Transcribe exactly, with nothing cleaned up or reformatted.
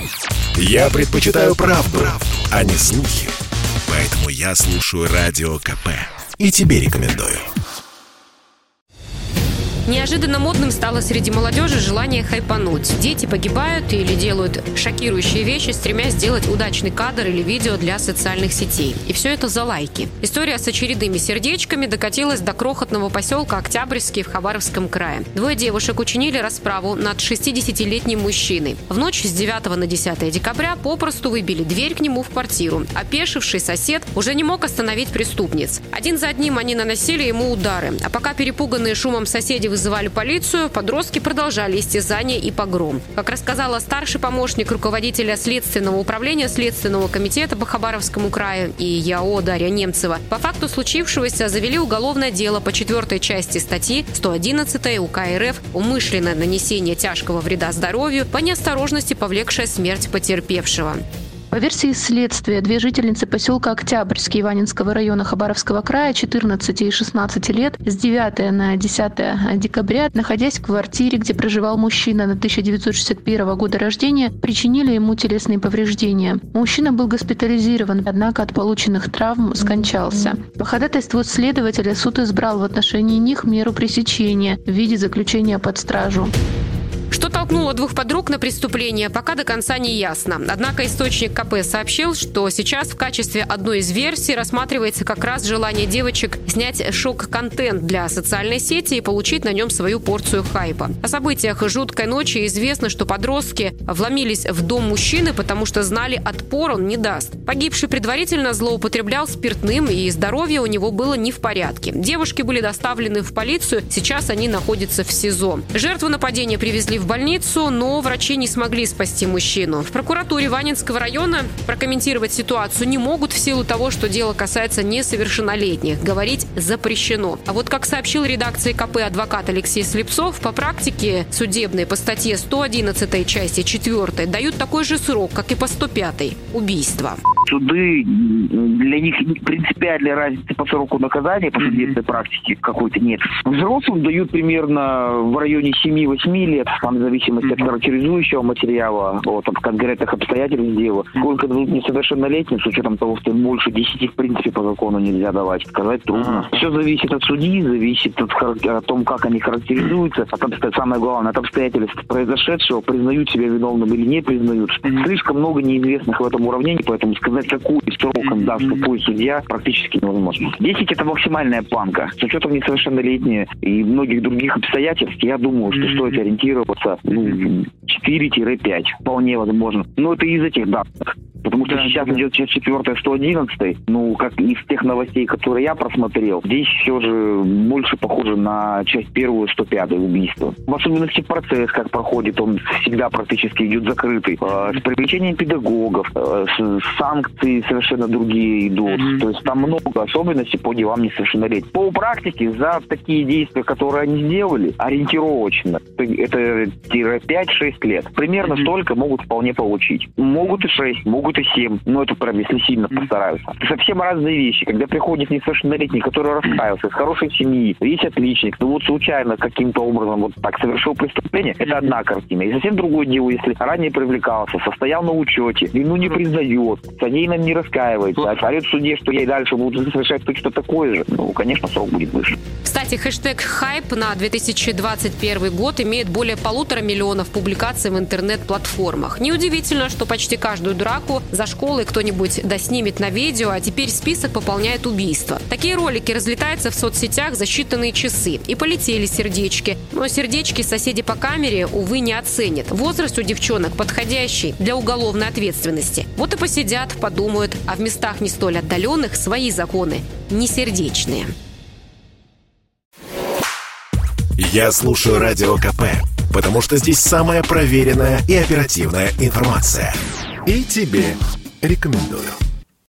Я предпочитаю правду, правду, а не слухи. Поэтому я слушаю Радио КП. И тебе рекомендую. Неожиданно модным стало среди молодежи желание хайпануть. Дети погибают или делают шокирующие вещи, стремясь сделать удачный кадр или видео для социальных сетей. И все это за лайки. История с очередными сердечками докатилась до крохотного поселка Октябрьский в Хабаровском крае. Двое девушек учинили расправу над шестидесятилетним мужчиной. В ночь с девятого на десятое декабря попросту выбили дверь к нему в квартиру. Опешивший сосед уже не мог остановить преступниц. Один за одним они наносили ему удары. А пока перепуганные шумом соседи вызывали полицию, подростки продолжали истязания и погром. Как рассказала старший помощник руководителя Следственного управления Следственного комитета по Хабаровскому краю и ЯО Дарья Немцева, по факту случившегося завели уголовное дело по четвертой части статьи сто одиннадцать УК РФ «Умышленное нанесение тяжкого вреда здоровью по неосторожности, повлекшая смерть потерпевшего». По версии следствия, две жительницы поселка Октябрьский Иванинского района Хабаровского края, четырнадцати и шестнадцати лет, с девятого на десятое декабря, находясь в квартире, где проживал мужчина на тысяча девятьсот шестьдесят первого года рождения, причинили ему телесные повреждения. Мужчина был госпитализирован, однако от полученных травм скончался. По ходатайству следователя суд избрал в отношении них меру пресечения в виде заключения под стражу. Что толкнуло двух подруг на преступление, пока до конца не ясно. Однако источник КП сообщил, что сейчас в качестве одной из версий рассматривается как раз желание девочек снять шок-контент для социальной сети и получить на нем свою порцию хайпа. О событиях жуткой ночи известно, что подростки вломились в дом мужчины, потому что знали, отпор он не даст. Погибший предварительно злоупотреблял спиртным, и здоровье у него было не в порядке. Девушки были доставлены в полицию, сейчас они находятся в СИЗО. Жертву нападения привезли в больницу, но врачи не смогли спасти мужчину. В прокуратуре Иванинского района прокомментировать ситуацию не могут в силу того, что дело касается несовершеннолетних. Говорить запрещено. А вот как сообщил редакции КП адвокат Алексей Слепцов, по практике судебной по статье сто одиннадцать части четвёртой дают такой же срок, как и по сто пятой – убийство. Суды, для них принципиальной разницы по сроку наказания по судебной практике какой-то нет. Взрослым дают примерно в районе семи-восьми лет, там, в зависимости от характеризующего материала, от конкретных обстоятельств дела. Сколько дадут несовершеннолетним, с учетом того, что им больше десяти, в принципе, по закону нельзя давать, сказать трудно. Все зависит от судьи, зависит от, от том, как они характеризуются, от обстоятельств, самое главное, от обстоятельств произошедшего, признают себя виновным или не признают. Слишком много неизвестных в этом уравнении, поэтому сказать, какой срок им даст какой судья, практически невозможно. десять – это максимальная планка. С учетом несовершеннолетия и многих других обстоятельств, я думаю, что стоит ориентироваться ну, четыре-пять. Вполне возможно. Но это из этих данных. Потому что да, сейчас да. идет четвертое, сто одиннадцатое. Ну, как из тех новостей, которые я просмотрел, здесь все же больше похоже на часть первую, сто пятое убийство. В особенности процесс, как проходит, он всегда практически идет закрытый. Э, с привлечением педагогов, э, с, санкции совершенно другие идут. Mm-hmm. То есть там много особенностей по делам несовершеннолетних. По практике за такие действия, которые они сделали, ориентировочно, это пять-шесть лет. Примерно mm-hmm. столько могут вполне получить. Могут и шесть, могут и семь, но это прям если сильно постараются. Это совсем разные вещи. Когда приходит несовершеннолетний, который раскаялся, из хорошей семьи, есть отличник, но вот случайно каким-то образом вот так совершил преступление, это одна картина. И совсем другое дело, если ранее привлекался, состоял на учете, вину не признает, содеянно не раскаивается, а говорит в суде, что я и дальше буду совершать точно такое же, ну, конечно, срок будет выше. Кстати, хэштег «Хайп» на две тысячи двадцать первый год имеет более полутора миллионов публикаций в интернет-платформах. Неудивительно, что почти каждую драку за школой кто-нибудь доснимет на видео, а теперь список пополняет убийства. Такие ролики разлетаются в соцсетях за считанные часы. И полетели сердечки. Но сердечки соседи по камере, увы, не оценят. Возраст у девчонок подходящий для уголовной ответственности. Вот и посидят, подумают, а в местах не столь отдаленных свои законы, не сердечные. Я слушаю Радио КП, потому что здесь самая проверенная и оперативная информация. И тебе рекомендую.